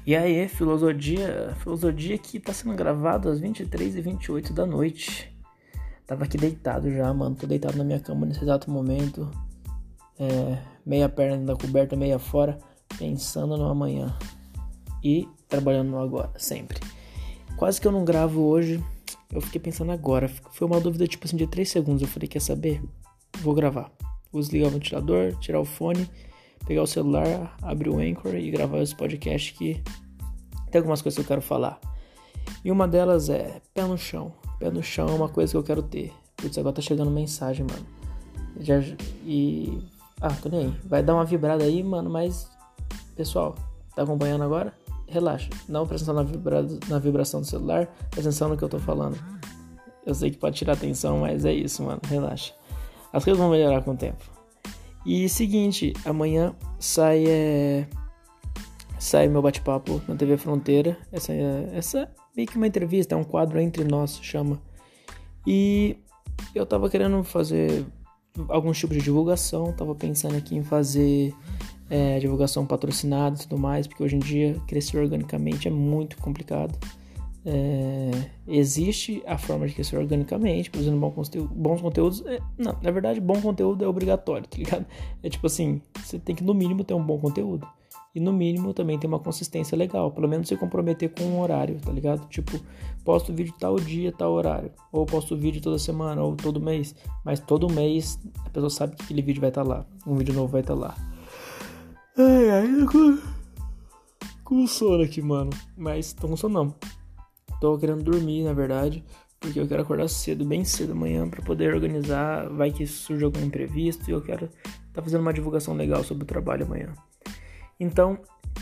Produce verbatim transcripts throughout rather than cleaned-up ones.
E aí, filosofia, filosofia que tá sendo gravado às vinte e três e vinte e oito da noite. Tava aqui deitado já, mano. Tô deitado na minha cama nesse exato momento. É, meia perna da coberta, meia fora. Pensando no amanhã. E trabalhando no agora, sempre. Quase que eu não gravo hoje. Eu fiquei pensando agora. Foi uma dúvida tipo assim de três segundos. Eu falei, quer saber? Vou gravar. Vou desligar o ventilador, tirar o fone, pegar o celular, abrir o Anchor e gravar esse podcast que tem algumas coisas que eu quero falar. E uma delas é pé no chão. Pé no chão é uma coisa que eu quero ter. Putz, agora tá chegando mensagem, mano. Já, e... Ah, tô nem aí. Vai dar uma vibrada aí, mano, mas... Pessoal, tá acompanhando agora? Relaxa. Não presta atenção na, vibra... na vibração do celular. Presta atenção no que eu tô falando. Eu sei que pode tirar atenção, mas é isso, mano. Relaxa. As coisas vão melhorar com o tempo. E seguinte, amanhã sai... É... Sai meu bate-papo na T V Fronteira. Essa é... Essa... meio que uma entrevista, é um quadro entre nós, chama. E eu tava querendo fazer alguns tipos de divulgação, tava pensando aqui em fazer é, divulgação patrocinada e tudo mais, porque hoje em dia crescer organicamente é muito complicado. É, existe a forma de crescer organicamente, produzindo bons conteúdos. Bons conteúdos é, não, na verdade, bom conteúdo é obrigatório, tá ligado? É tipo assim, você tem que no mínimo ter um bom conteúdo. E no mínimo também tem uma consistência legal. Pelo menos se comprometer com um horário, tá ligado? Tipo, posto vídeo tal dia, tal horário. Ou posto vídeo toda semana, ou todo mês. Mas todo mês a pessoa sabe que aquele vídeo vai estar lá. Um vídeo novo vai estar lá. Ai, ai, eu com... com sono aqui, mano. Mas tô com sono não. Tô querendo dormir, na verdade. Porque eu quero acordar cedo, bem cedo amanhã, pra poder organizar. Vai que surge algum imprevisto. E eu quero tá fazendo uma divulgação legal sobre o trabalho amanhã. Então,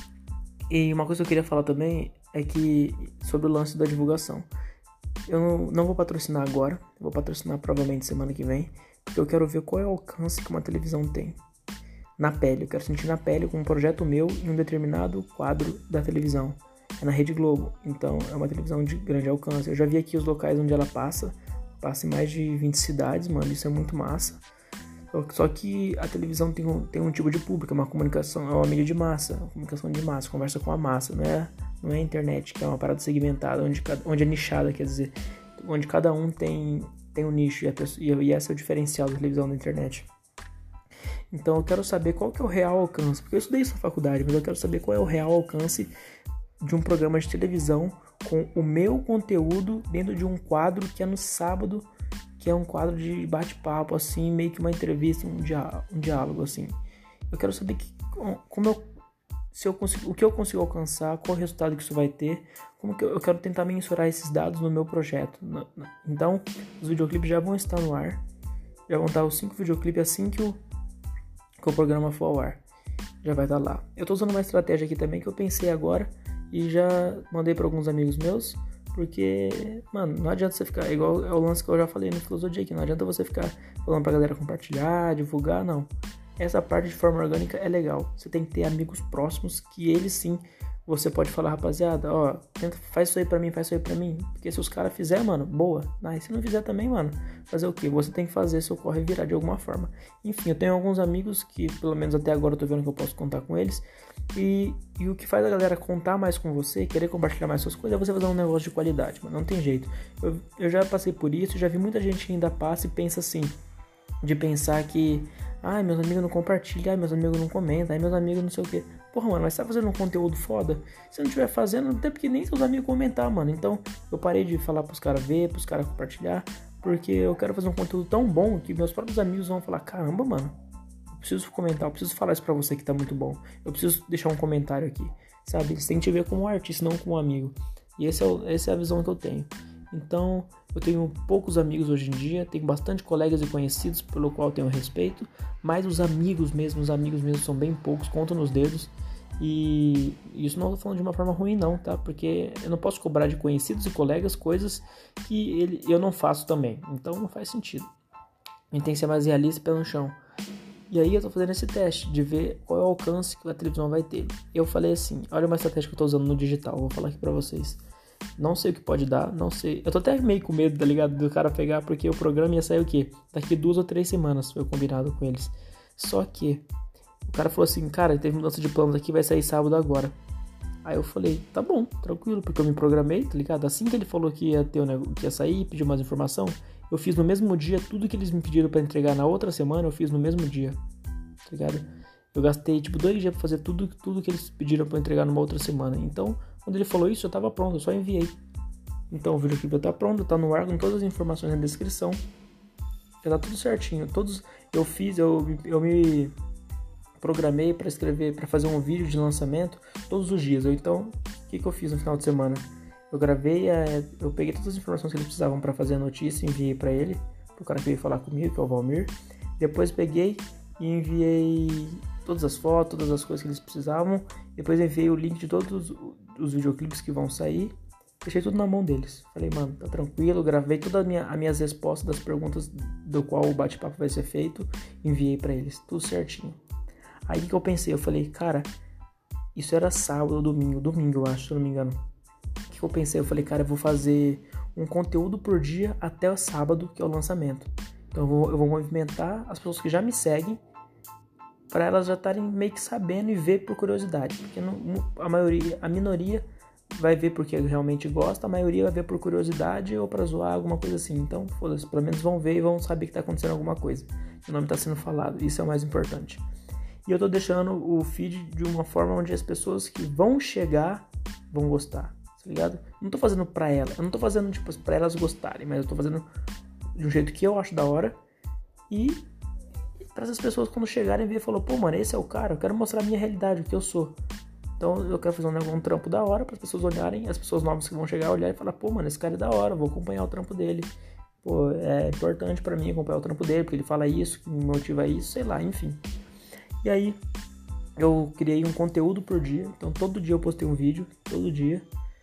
e uma coisa que eu queria falar também é que sobre o lance da divulgação. Eu não, não vou patrocinar agora, vou patrocinar provavelmente semana que vem, porque eu quero ver qual é o alcance que uma televisão tem. Na pele, eu quero sentir na pele com um projeto meu em um determinado quadro da televisão. É na Rede Globo, então é uma televisão de grande alcance. Eu já vi aqui os locais onde ela passa, passa em mais de vinte cidades, mano, isso é muito massa. Só que a televisão tem um, tem um tipo de público, é uma comunicação, é uma mídia de massa, uma comunicação de massa, conversa com a massa, não é, não é a internet, que é uma parada segmentada, onde, onde é nichada, quer dizer, onde cada um tem, tem um nicho, e, a pessoa, e esse é o diferencial da televisão da internet. Então eu quero saber qual que é o real alcance, porque eu estudei isso na faculdade, mas eu quero saber qual é o real alcance de um programa de televisão com o meu conteúdo dentro de um quadro que é no sábado, que é um quadro de bate-papo, assim, meio que uma entrevista, um, diá- um diálogo, assim. Eu quero saber que, como eu, se eu consigo, o que eu consigo alcançar, qual o resultado que isso vai ter, como que eu, eu quero tentar mensurar esses dados no meu projeto. Então, os videoclipes já vão estar no ar, já vão estar os cinco videoclipes assim que o, que o programa for ao ar. Já vai estar lá. Eu tô usando uma estratégia aqui também que eu pensei agora e já mandei para alguns amigos meus. Porque, mano, não adianta você ficar... Igual é o lance que eu já falei no Filosofia aqui. Não adianta você ficar falando pra galera compartilhar, divulgar, não. Essa parte de forma orgânica é legal. Você tem que ter amigos próximos que eles sim... Você pode falar, rapaziada, ó... Tenta, faz isso aí pra mim, faz isso aí pra mim. Porque se os caras fizerem, mano, boa. Ah, e se não fizer também, mano, fazer o quê? Você tem que fazer seu corre virar de alguma forma. Enfim, eu tenho alguns amigos que, pelo menos até agora, eu tô vendo que eu posso contar com eles. E, e o que faz a galera contar mais com você, querer compartilhar mais suas coisas, é você fazer um negócio de qualidade, mano. Não tem jeito. Eu, eu já passei por isso, já vi muita gente que ainda passa e pensa assim, de pensar que, ai, meus amigos não compartilham, ai, meus amigos não comentam, ai, meus amigos não sei o quê. Porra, mano, mas você tá fazendo um conteúdo foda? Se não estiver fazendo, não tem porque nem seus amigos comentar, mano. Então, eu parei de falar pros caras ver, pros caras compartilhar, porque eu quero fazer um conteúdo tão bom que meus próprios amigos vão falar, caramba, mano, eu preciso comentar, eu preciso falar isso pra você que tá muito bom. Eu preciso deixar um comentário aqui, sabe? Você tem que te ver como um artista, não como um amigo. E esse é o, essa é a visão que eu tenho. Então, eu tenho poucos amigos hoje em dia, tenho bastante colegas e conhecidos pelo qual eu tenho respeito, mas os amigos mesmo, os amigos mesmo são bem poucos, contam nos dedos. E isso não tô falando de uma forma ruim não, tá? Porque eu não posso cobrar de conhecidos e colegas coisas que ele, eu não faço também. Então não faz sentido. A gente tem que ser mais realista e pé no chão. E aí eu tô fazendo esse teste de ver qual é o alcance que a televisão vai ter. Eu falei assim, olha uma estratégia que eu tô usando no digital, vou falar aqui pra vocês. Não sei o que pode dar, não sei. Eu tô até meio com medo, tá ligado? Do cara pegar, porque o programa ia sair o quê? Daqui duas ou três semanas, foi combinado com eles. Só que o cara falou assim, cara, teve mudança de planos aqui, vai sair sábado agora. Aí eu falei, tá bom, tranquilo, porque eu me programei, tá ligado? Assim que ele falou que ia ter um negócio, que ia sair, pediu mais informação, eu fiz no mesmo dia tudo que eles me pediram pra entregar na outra semana, eu fiz no mesmo dia, tá ligado? Eu gastei, tipo, dois dias pra fazer tudo, tudo que eles pediram pra entregar numa outra semana. Então, quando ele falou isso, eu tava pronto, eu só enviei. Então, o videoclipe tá pronto, tá no ar com todas as informações na descrição. Já tá tudo certinho. Todos, eu fiz, eu, eu me programei pra escrever, pra fazer um vídeo de lançamento todos os dias. Eu, então, o que que eu fiz no final de semana? Eu gravei, é, eu peguei todas as informações que eles precisavam pra fazer a notícia, enviei pra ele, pro cara que veio falar comigo, que é o Valmir. Depois peguei e enviei todas as fotos, todas as coisas que eles precisavam. Depois enviei o link de todos os videoclipes que vão sair. Deixei tudo na mão deles. Falei, mano, tá tranquilo. Gravei todas as minha, minhas respostas das perguntas do qual o bate-papo vai ser feito. Enviei pra eles, tudo certinho. Aí o que eu pensei? Eu falei, cara, isso era sábado ou domingo. Domingo, eu acho, se eu não me engano. O que eu pensei? Eu falei, cara, eu vou fazer um conteúdo por dia até o sábado, que é o lançamento. Então eu vou, eu vou movimentar as pessoas que já me seguem para elas já estarem meio que sabendo e ver por curiosidade. Porque não, a maioria, a minoria vai ver porque realmente gosta, a maioria vai ver por curiosidade ou para zoar, alguma coisa assim. Então, foda-se, pelo menos vão ver e vão saber que tá acontecendo alguma coisa. O nome tá sendo falado, isso é o mais importante. E eu tô deixando o feed de uma forma onde as pessoas que vão chegar vão gostar, tá ligado? Não tô fazendo pra elas, eu não tô fazendo tipo pra elas gostarem, mas eu tô fazendo de um jeito que eu acho da hora e para as pessoas quando chegarem ver e falar, pô, mano, esse é o cara, eu quero mostrar a minha realidade, o que eu sou. Então eu quero fazer um, um trampo da hora para as pessoas olharem, as pessoas novas que vão chegar olhar e falar, pô, mano, esse cara é da hora, vou acompanhar o trampo dele. Pô, é importante para mim acompanhar o trampo dele, porque ele fala isso, que me motiva isso, sei lá, enfim. E aí eu criei um conteúdo por dia, então todo dia eu postei um vídeo, todo dia.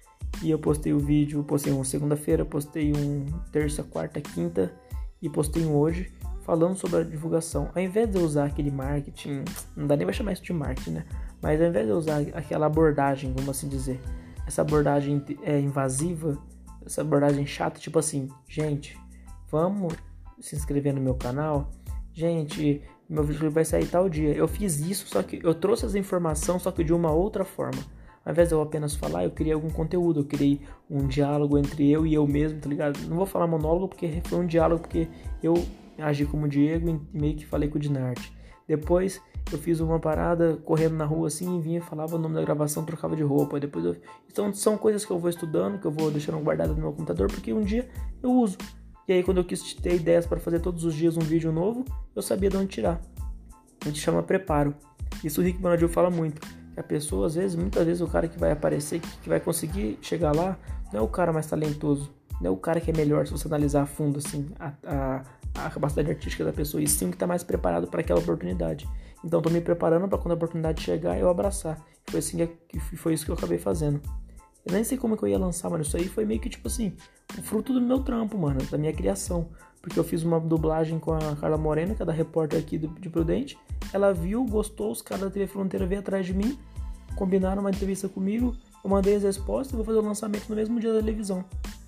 E eu postei o vídeo, postei um segunda-feira, postei um terça, quarta, quinta e postei um hoje, falando sobre a divulgação. Ao invés de eu usar aquele marketing, não dá nem pra chamar isso de marketing, né? Mas ao invés de eu usar aquela abordagem, vamos assim dizer, essa abordagem é, invasiva, essa abordagem chata, tipo assim, gente, vamos se inscrever no meu canal, gente, meu vídeo vai sair tal dia. Eu fiz isso, só que eu trouxe essa informação, só que de uma outra forma. Ao invés de eu apenas falar, eu criei algum conteúdo, eu criei um diálogo entre eu e eu mesmo, tá ligado? Não vou falar monólogo, porque foi um diálogo, porque eu agi como Diego e meio que falei com o Dinarte. Depois eu fiz uma parada correndo na rua assim, vinha, falava o nome da gravação, trocava de roupa. Depois eu... Então são coisas que eu vou estudando, que eu vou deixando guardado no meu computador, porque um dia eu uso. E aí quando eu quis ter ideias para fazer todos os dias um vídeo novo, eu sabia de onde tirar. A gente chama preparo. Isso o Rick Bonadil fala muito. Que a pessoa, às vezes, muitas vezes o cara que vai aparecer, que vai conseguir chegar lá, não é o cara mais talentoso, não é o cara que é melhor, se você analisar a fundo assim, a, a, a capacidade artística da pessoa, e sim o que está mais preparado para aquela oportunidade. Então estou me preparando para quando a oportunidade chegar eu abraçar. Foi assim que foi isso que eu acabei fazendo. Eu nem sei como que eu ia lançar, mano. Isso aí foi meio que tipo assim, o fruto do meu trampo, mano, da minha criação. Porque eu fiz uma dublagem com a Carla Morena, que é da repórter aqui de Prudente. Ela viu, gostou, os caras da T V Fronteira veio atrás de mim, combinaram uma entrevista comigo, eu mandei as respostas e vou fazer o lançamento no mesmo dia da televisão.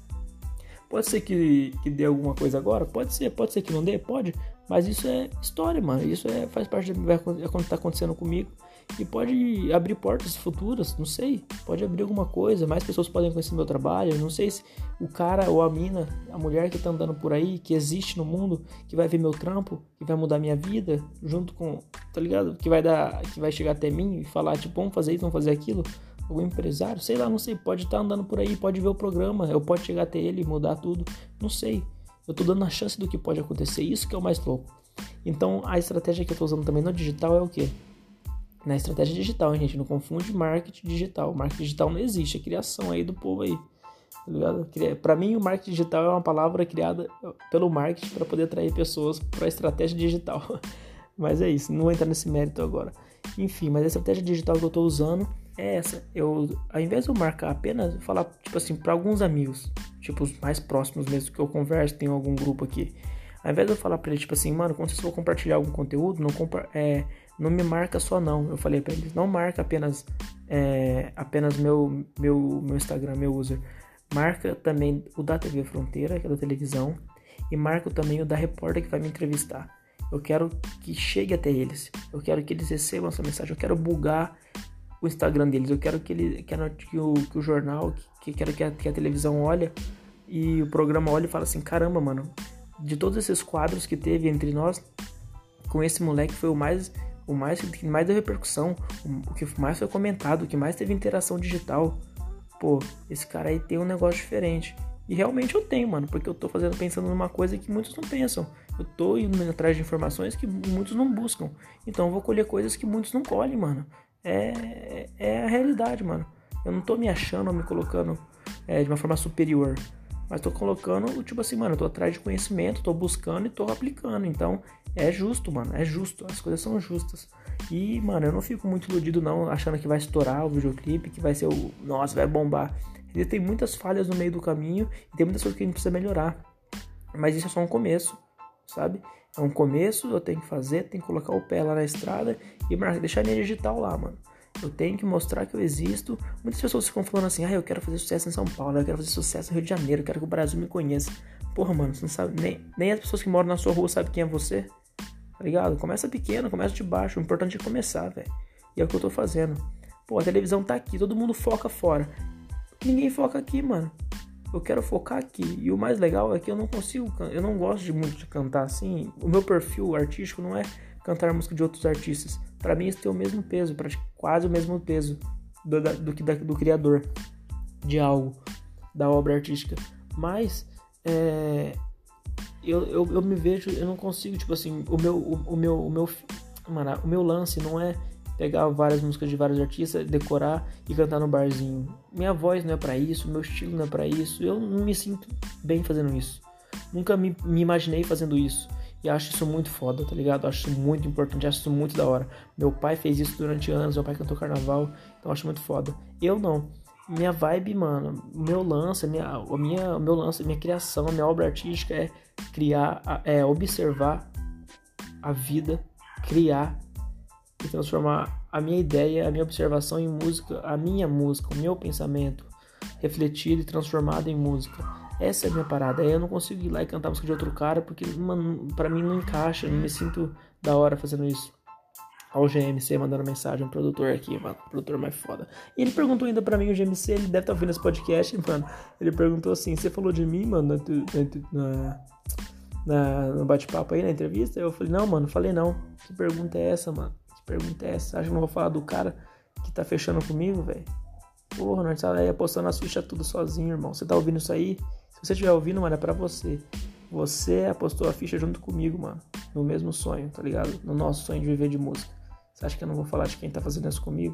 Pode ser que, que dê alguma coisa agora? Pode ser, pode ser que não dê? Pode. Mas isso é história, mano. Isso é, faz parte do que tá acontecendo comigo. E pode abrir portas futuras, não sei. Pode abrir alguma coisa, mais pessoas podem conhecer meu trabalho. Não sei se o cara ou a mina, a mulher que tá andando por aí, que existe no mundo, que vai ver meu trampo, que vai mudar minha vida, junto com, tá ligado? Que vai dar, que vai chegar até mim e falar, tipo, vamos fazer isso, vamos fazer aquilo. Algum empresário, sei lá, não sei, pode estar andando por aí, pode ver o programa, eu pode chegar até ele e mudar tudo, não sei. Eu tô dando a chance do que pode acontecer, isso que é o mais louco. Então, a estratégia que eu tô usando também no digital é o quê? Na estratégia digital, hein, gente, não confunde marketing digital. Marketing digital não existe, é criação aí do povo aí, tá ligado? Pra mim, o marketing digital é uma palavra criada pelo marketing para poder atrair pessoas para a estratégia digital. Mas é isso, não vou entrar nesse mérito agora. Enfim, mas a estratégia digital que eu tô usando é essa. Eu, ao invés de eu marcar apenas, falar, tipo assim, para alguns amigos, tipo os mais próximos mesmo que eu converso, tem algum grupo aqui. Ao invés de eu falar pra eles, tipo assim, mano, quando vocês for compartilhar algum conteúdo, não, compa- é, não me marca só não. Eu falei pra eles, não marca apenas, é, apenas meu, meu, meu Instagram, meu user. Marca também o da T V Fronteira, que é da televisão, e marca também o da repórter que vai me entrevistar. Eu quero que chegue até eles. Eu quero que eles recebam essa mensagem. Eu quero bugar o Instagram deles. Eu quero que, ele, quero que, o, que o jornal, que, quero que a, que a televisão olhe e o programa olhe e fala assim, caramba, mano, de todos esses quadros que teve entre nós, com esse moleque foi o mais, o mais, que mais deu repercussão, o que mais foi comentado, o que mais teve interação digital. Pô, esse cara aí tem um negócio diferente. E realmente eu tenho, mano, porque eu tô fazendo, pensando numa coisa que muitos não pensam. Eu tô indo atrás de informações que muitos não buscam. Então eu vou colher coisas que muitos não colhem, mano. É, é a realidade, mano. Eu não tô me achando ou me colocando é, de uma forma superior. Mas tô colocando, tipo assim, mano, eu tô atrás de conhecimento, tô buscando e tô aplicando. Então é justo, mano, é justo. As coisas são justas. E, mano, eu não fico muito iludido não, achando que vai estourar o videoclipe, que vai ser o... Nossa, vai bombar. Ele tem muitas falhas no meio do caminho e tem muitas coisas que a gente precisa melhorar. Mas isso é só um começo, sabe? É um começo, eu tenho que fazer, tenho que colocar o pé lá na estrada e deixar a minha digital lá, mano. Eu tenho que mostrar que eu existo. Muitas pessoas ficam falando assim, ah, eu quero fazer sucesso em São Paulo, eu quero fazer sucesso no Rio de Janeiro, eu quero que o Brasil me conheça. Porra, mano, você não sabe, nem, nem as pessoas que moram na sua rua sabem quem é você. Tá ligado? Começa pequeno, começa de baixo. O importante é começar, velho. E é o que eu tô fazendo. Pô, a televisão tá aqui, todo mundo foca fora. Ninguém foca aqui, mano. Eu quero focar aqui. E o mais legal é que eu não consigo, eu não gosto de muito de cantar assim. O meu perfil artístico não é cantar música de outros artistas. Pra mim isso tem o mesmo peso, quase o mesmo peso do, do, do, do criador de algo, da obra artística. Mas, é... Eu, eu, eu me vejo, eu não consigo, tipo assim, o meu, o, o meu, o meu, mano, o meu lance não é pegar várias músicas de vários artistas, decorar e cantar no barzinho. Minha voz não é pra isso, meu estilo não é pra isso, eu não me sinto bem fazendo isso. Nunca me, me imaginei fazendo isso. E acho isso muito foda, tá ligado? Acho isso muito importante, acho isso muito da hora. Meu pai fez isso durante anos, meu pai cantou carnaval, então acho muito foda. Eu não. Minha vibe, mano, meu lance, minha, a minha, o meu lance, minha criação, a minha obra artística é criar, é observar a vida, criar e transformar a minha ideia, a minha observação em música, a minha música, o meu pensamento refletido e transformado em música. Essa é a minha parada. Aí eu não consigo ir lá e cantar música de outro cara porque, mano, pra mim não encaixa, eu não me sinto da hora fazendo isso. Olha o G M C mandando mensagem, um produtor aqui, mano, produtor mais foda. E ele perguntou ainda pra mim, o G M C, ele deve estar ouvindo esse podcast, mano. Ele perguntou assim, você falou de mim, mano, na, na, no bate-papo aí, na entrevista? Eu falei, não, mano, falei não. Que pergunta é essa, mano? Que pergunta é essa? Acha que eu não vou falar do cara que tá fechando comigo, velho? Porra, nós tá aí apostando as fichas tudo sozinho, irmão. Você tá ouvindo isso aí? Se você estiver ouvindo, mano, é pra você. Você apostou a ficha junto comigo, mano. No mesmo sonho, tá ligado? No nosso sonho de viver de música. Você acha que eu não vou falar de quem tá fazendo isso comigo?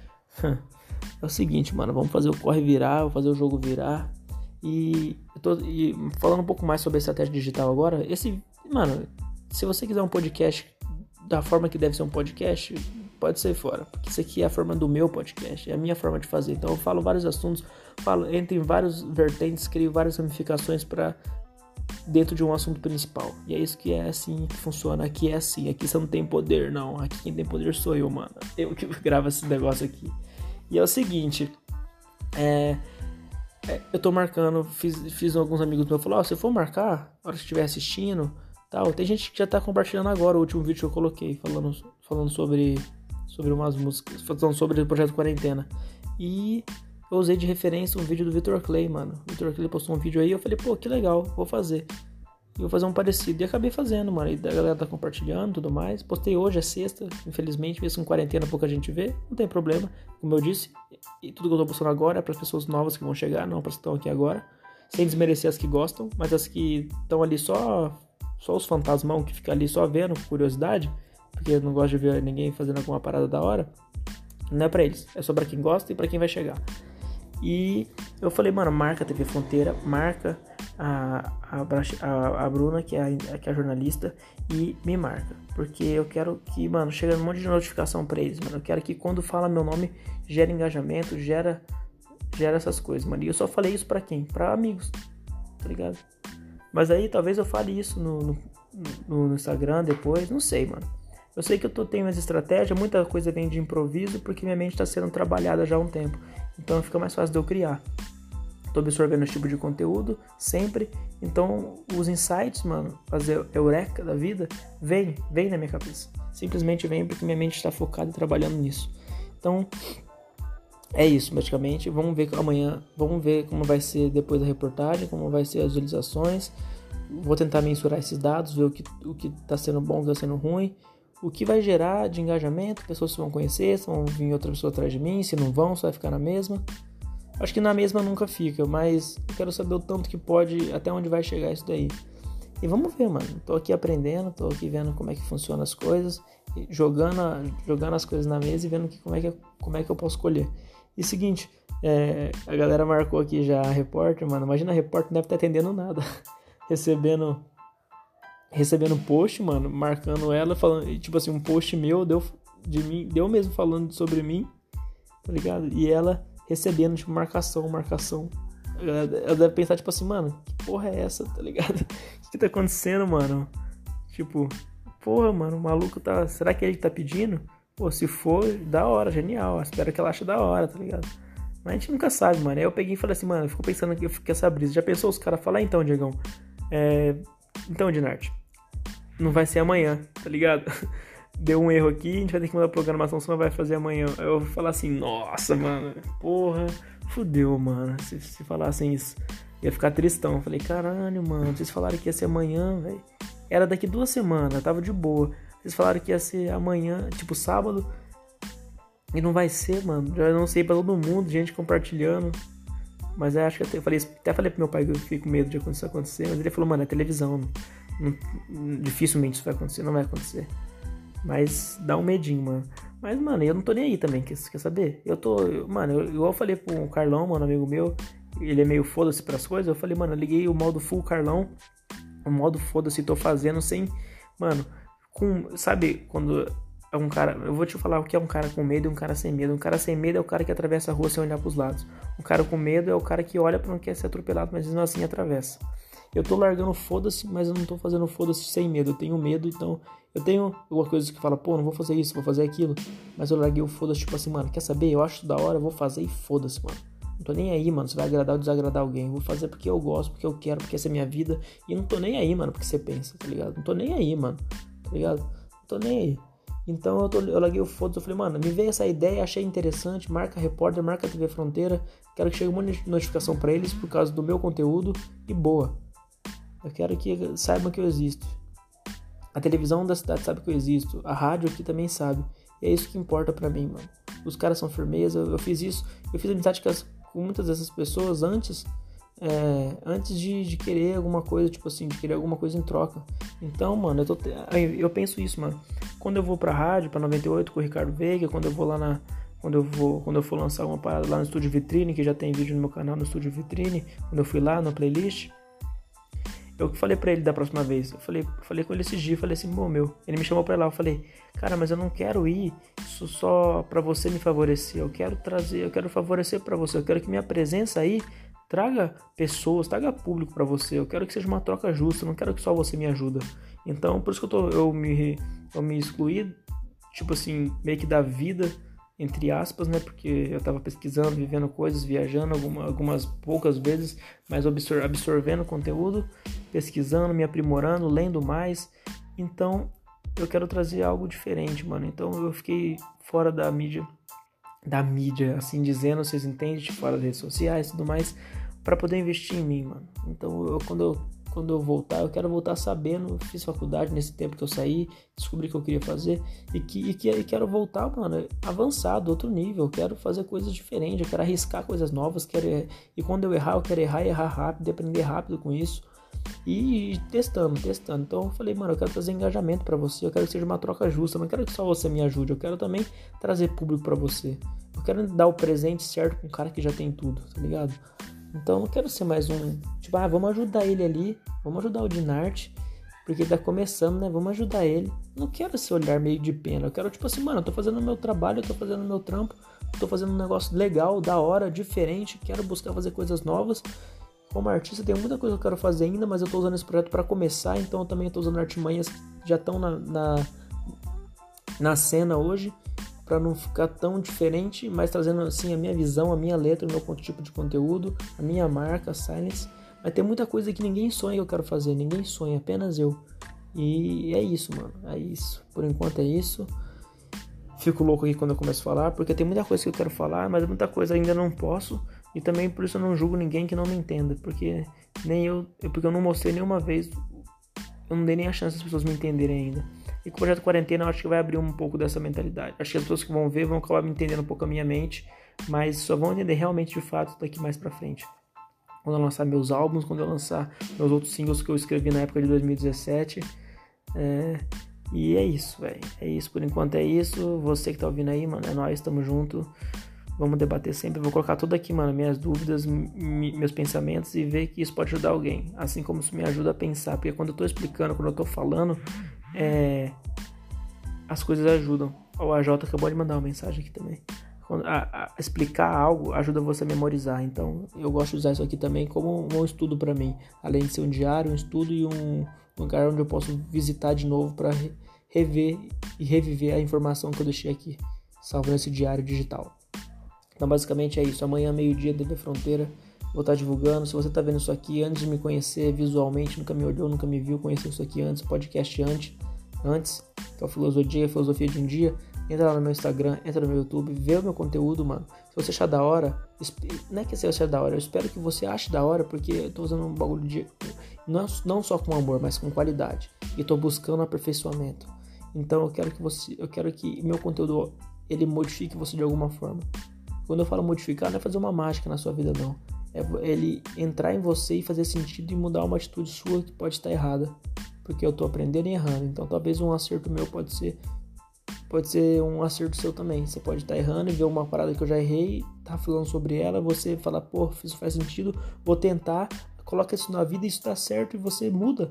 É o seguinte, mano. Vamos fazer o corre virar, vou fazer o jogo virar. E, eu tô, e falando um pouco mais sobre a estratégia digital agora. Esse, mano, se você quiser um podcast da forma que deve ser um podcast, pode sair fora. Porque isso aqui é a forma do meu podcast. É a minha forma de fazer. Então eu falo vários assuntos. Falo, entro em vários vertentes, crio várias ramificações pra... dentro de um assunto principal. E é isso que é assim que funciona. Aqui é assim. Aqui você não tem poder, não. Aqui quem tem poder sou eu, mano. Eu que gravo esse negócio aqui. E é o seguinte. É... é eu tô marcando. Fiz, fiz alguns amigos meus. Falaram, ó, oh, se eu for marcar, na hora que estiver assistindo, tal. Tem gente que já tá compartilhando agora o último vídeo que eu coloquei. Falando, falando sobre, sobre umas músicas. Falando sobre o projeto Quarentena. E... eu usei de referência um vídeo do Vitor Clay, mano. O Vitor Clay postou um vídeo aí, eu falei, pô, que legal, vou fazer. E vou fazer um parecido. E acabei fazendo, mano. E a galera tá compartilhando e tudo mais. Postei hoje, é sexta, infelizmente, mesmo com quarentena pouca gente vê. Não tem problema, como eu disse. E tudo que eu tô postando agora é para pessoas novas que vão chegar, não para as que estão aqui agora. Sem desmerecer as que gostam, mas as que estão ali só, só os fantasmão que ficam ali só vendo, curiosidade. Porque eu não gosto de ver ninguém fazendo alguma parada da hora. Não é pra eles, é só pra quem gosta e pra quem vai chegar. E eu falei, mano, marca a T V Fronteira, marca a, a, a, a Bruna, que é a, que é a jornalista, e me marca. Porque eu quero que, mano, chegue um monte de notificação pra eles, mano. Eu quero que quando fala meu nome, gera engajamento, gera, gera essas coisas, mano. E eu só falei isso pra quem? Pra amigos, tá ligado? Mas aí talvez eu fale isso no, no, no Instagram depois, não sei, mano. Eu sei que eu tô, tenho essa estratégia, muita coisa vem de improviso, porque minha mente tá sendo trabalhada já há um tempo. Então fica mais fácil de eu criar. Tô absorvendo esse tipo de conteúdo sempre. Então os insights, mano, fazer eureka da vida, vem, vem na minha cabeça. Simplesmente vem porque minha mente está focada e trabalhando nisso. Então É isso, praticamente. Vamos ver amanhã, vamos ver como vai ser depois da reportagem, como vai ser as visualizações. Vou tentar mensurar esses dados, ver o que o que está sendo bom, o que está sendo ruim, o que vai gerar de engajamento, pessoas que vão conhecer, se vão vir outra pessoa atrás de mim, se não vão, se vai ficar na mesma. Acho que na mesma nunca fica, mas eu quero saber o tanto que pode, até onde vai chegar isso daí. E vamos ver, mano. Tô aqui aprendendo, tô aqui vendo como é que funcionam as coisas, jogando, jogando as coisas na mesa e vendo que, como, é que, como é que eu posso escolher. E seguinte, é, a galera marcou aqui já a repórter, mano. Imagina a repórter não deve estar atendendo nada. recebendo recebendo post, mano, marcando ela, falando, tipo assim, um post meu, deu, de mim, deu mesmo falando sobre mim, tá ligado? E ela recebendo, tipo, marcação, marcação. Ela deve pensar, tipo assim, mano, que porra é essa, tá ligado? O que tá acontecendo, mano? Tipo, porra, mano, o maluco tá... Será que é ele que tá pedindo? Pô, se for, da hora, genial. Espero que ela ache da hora, tá ligado? Mas a gente nunca sabe, mano. Aí eu peguei e falei assim, mano, eu fico pensando aqui, eu fico com essa brisa. Já pensou os caras falar, então, Diegão? É... Então, Dinarte, não vai ser amanhã, tá ligado? Deu um erro aqui, a gente vai ter que mudar a programação, senão vai fazer amanhã. Aí eu vou falar assim, nossa, mano, porra, fudeu, mano. Se, se falassem isso, ia ficar tristão. Eu falei, caralho, mano, vocês falaram que ia ser amanhã, velho. Era daqui duas semanas, tava de boa. Vocês falaram que ia ser amanhã, tipo sábado, e não vai ser, mano. Já não sei pra todo mundo, gente compartilhando. Mas eu acho que até, eu falei, até falei pro meu pai que eu fiquei com medo de isso acontecer, mas ele falou, mano, é televisão, não, não, dificilmente isso vai acontecer, não vai acontecer. Mas dá um medinho, mano. Mas, mano, eu não tô nem aí também, quer, quer saber? Eu tô, eu, mano, eu, igual eu falei pro Carlão, mano, amigo meu, ele é meio foda-se pras coisas, eu falei, mano, eu liguei o modo full Carlão, o modo foda-se, tô fazendo sem, mano, com, sabe, quando é um cara, eu vou te falar o que é um cara com medo e um cara sem medo. Um cara sem medo é o cara que atravessa a rua sem olhar pros lados. Um cara com medo é o cara que olha pra não quer ser atropelado, mas mesmo assim atravessa. Eu tô largando foda-se, mas eu não tô fazendo foda-se sem medo. Eu tenho medo, então eu tenho algumas coisas que fala, pô, não vou fazer isso, vou fazer aquilo. Mas eu larguei o foda-se, tipo assim, mano, quer saber? Eu acho da hora, eu vou fazer e foda-se, mano. Não tô nem aí, mano, se vai agradar ou desagradar alguém. Eu vou fazer porque eu gosto, porque eu quero, porque essa é minha vida. E não tô nem aí, mano, porque você pensa, tá ligado? Não tô nem aí, mano, tá ligado? Não tô nem aí. Então eu, tô, eu larguei o foda-se, eu falei, mano, me veio essa ideia, achei interessante, marca repórter, marca T V Fronteira, quero que chegue uma notificação pra eles por causa do meu conteúdo e boa. Eu quero que saibam que eu existo. A televisão da cidade sabe que eu existo, a rádio aqui também sabe. E é isso que importa pra mim, mano. Os caras são firmeza, eu, eu fiz isso, eu fiz amizade com, as, com muitas dessas pessoas antes, é, antes de, de querer alguma coisa, tipo assim, de querer alguma coisa em troca. Então, mano, eu, tô, eu penso isso, mano. Quando eu vou pra rádio, pra noventa e oito com o Ricardo Veiga, quando eu vou lá na... Quando eu, vou, quando eu for lançar uma parada lá no Estúdio Vitrine, que já tem vídeo no meu canal no Estúdio Vitrine, quando eu fui lá na playlist, eu falei pra ele da próxima vez, eu falei, falei com ele esses dias, falei assim, bom, meu, ele me chamou pra lá, eu falei, cara, mas eu não quero ir só pra você me favorecer, eu quero trazer, eu quero favorecer pra você, eu quero que minha presença aí traga pessoas, traga público pra você, eu quero que seja uma troca justa, eu não quero que só você me ajuda. Então, por isso que eu, tô, eu, me, eu me excluí, tipo assim, meio que da vida, entre aspas, né, porque eu tava pesquisando, vivendo coisas, viajando alguma, algumas poucas vezes, mas absor- absorvendo conteúdo, pesquisando, me aprimorando, lendo mais. Então, eu quero trazer algo diferente, mano. Então, eu fiquei fora da mídia, da mídia, assim dizendo, vocês entendem, de fora das redes sociais e tudo mais, para poder investir em mim, mano. Então, eu, quando eu quando eu voltar, eu quero voltar sabendo, eu fiz faculdade nesse tempo que eu saí, descobri o que eu queria fazer e, que, e, que, e quero voltar, mano, avançado, outro nível, eu quero fazer coisas diferentes, eu quero arriscar coisas novas, quero, e quando eu errar, eu quero errar e errar rápido, e aprender rápido com isso. E, e testando, testando. Então eu falei, mano, eu quero trazer engajamento pra você, eu quero que seja uma troca justa, eu não quero que só você me ajude, eu quero também trazer público pra você. Eu quero dar o presente certo com um cara que já tem tudo, tá ligado? Então eu não quero ser mais um, tipo, ah, vamos ajudar ele ali, vamos ajudar o Dinarte, porque ele tá começando, né, vamos ajudar ele. Não quero esse olhar meio de pena, eu quero tipo assim, mano, eu tô fazendo o meu trabalho, eu tô fazendo o meu trampo, eu tô fazendo um negócio legal, da hora, diferente, quero buscar fazer coisas novas. Como artista tem muita coisa que eu quero fazer ainda, mas eu tô usando esse projeto pra começar, então eu também tô usando artimanhas que já estão na, na, na cena hoje, para não ficar tão diferente, mas trazendo assim a minha visão, a minha letra, o meu tipo de conteúdo, a minha marca, a Silence. Mas tem muita coisa que ninguém sonha que eu quero fazer, ninguém sonha, apenas eu. E é isso, mano, é isso. Por enquanto é isso. fico louco aqui quando eu começo a falar, porque tem muita coisa que eu quero falar, mas muita coisa ainda não posso, e também por isso eu não julgo ninguém que não me entenda, porque nem eu, porque eu não mostrei nenhuma vez, eu não dei nem a chance das pessoas me entenderem ainda. E com o Projeto Quarentena eu acho que vai abrir um pouco dessa mentalidade. Acho que as pessoas que vão ver vão acabar me entendendo um pouco a minha mente, mas só vão entender realmente de fato daqui mais pra frente. Quando eu lançar meus álbuns, quando eu lançar meus outros singles que eu escrevi na época de dois mil e dezessete. É... E é isso, velho. É isso, por enquanto é isso. Você que tá ouvindo aí, mano, é nóis, tamo junto. Vamos debater sempre. Eu vou colocar tudo aqui, mano, minhas dúvidas, m- meus pensamentos e ver que isso pode ajudar alguém. Assim como isso me ajuda a pensar. Porque quando eu tô explicando, quando eu tô falando, é... as coisas ajudam. O A J acabou de mandar uma mensagem aqui também. A, a explicar algo ajuda você a memorizar. Então eu gosto de usar isso aqui também como um estudo para mim. Além de ser um diário, um estudo e um lugar onde eu posso visitar de novo para rever e reviver a informação que eu deixei aqui, salvo nesse diário digital. Então basicamente é isso. Amanhã, meio-dia, T V Fronteira, vou estar divulgando. Se você está vendo isso aqui antes de me conhecer visualmente, nunca me olhou, nunca me viu, conheceu isso aqui antes, podcast antes, antes que é o Filosofia, Filosofia de um Dia, entra lá no meu Instagram, entra no meu YouTube, vê o meu conteúdo, mano. Se você achar da hora, não é que você achar da hora, eu espero que você ache da hora, porque eu tô usando um bagulho de... Não, não só com amor, mas com qualidade. E tô buscando aperfeiçoamento. Então eu quero que você... Eu quero que meu conteúdo, ele modifique você de alguma forma. Quando eu falo modificar, não é fazer uma mágica na sua vida, não. É ele entrar em você e fazer sentido e mudar uma atitude sua que pode estar errada. Porque eu tô aprendendo e errando. Então talvez um acerto meu pode ser... Pode ser um acerto seu também. Você pode estar errando e ver uma parada que eu já errei, tá falando sobre ela, você fala, pô, isso faz sentido, vou tentar, coloca isso na vida e isso dá certo e você muda.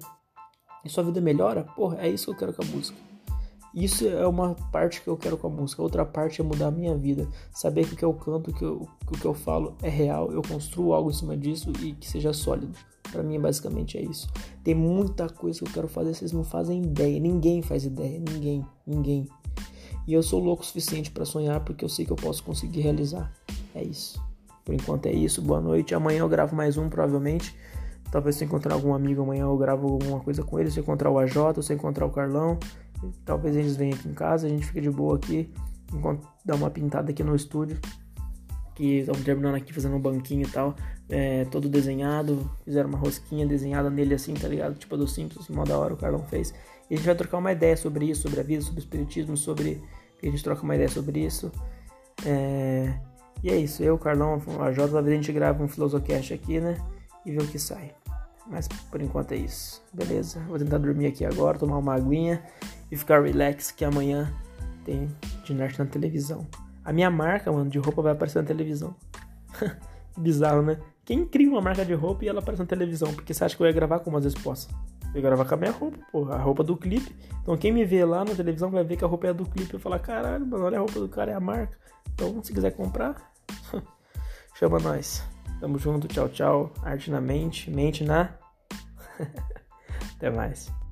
E sua vida melhora. Porra, é isso que eu quero com a música. Isso é uma parte que eu quero com a música. Outra parte é mudar a minha vida. Saber que o que eu canto, que, eu, que o que eu falo é real, eu construo algo em cima disso e que seja sólido. Pra mim, basicamente, é isso. Tem muita coisa que eu quero fazer, vocês não fazem ideia. Ninguém faz ideia. Ninguém. Ninguém. E eu sou louco o suficiente pra sonhar porque eu sei que eu posso conseguir realizar. É isso. Por enquanto é isso. Boa noite. Amanhã eu gravo mais um, provavelmente. Talvez se eu encontrar algum amigo amanhã eu gravo alguma coisa com ele. Se eu encontrar o A J, se eu encontrar o Carlão, talvez eles venham aqui em casa. A gente fica de boa aqui. Enquanto dá uma pintada aqui no estúdio. Que estamos terminando aqui, fazendo um banquinho e tal. É, todo desenhado. Fizeram uma rosquinha desenhada nele assim, tá ligado? Tipo a do Simpsons. Mó da hora o Carlão fez. E a gente vai trocar uma ideia sobre isso, sobre a vida, sobre o espiritismo, sobre... A gente troca uma ideia sobre isso. É... E é isso. Eu, Carlão, a J, talvez a gente grava um Filosocast aqui, né? E ver o que sai. Mas por enquanto é isso. Beleza? Vou tentar dormir aqui agora, tomar uma aguinha e ficar relax, que amanhã tem ginástica na televisão. A minha marca, mano, de roupa vai aparecer na televisão. Bizarro, né? Quem cria uma marca de roupa e ela aparece na televisão? Porque você acha que eu ia gravar como às vezes posso? Eu ia gravar com a minha roupa, pô, a roupa do clipe. Então quem me vê lá na televisão vai ver que a roupa é do clipe e falar, caralho, mano, olha a roupa do cara, é a marca. Então se quiser comprar, chama nós. Tamo junto, tchau, tchau. Arte na mente, mente na... Até mais.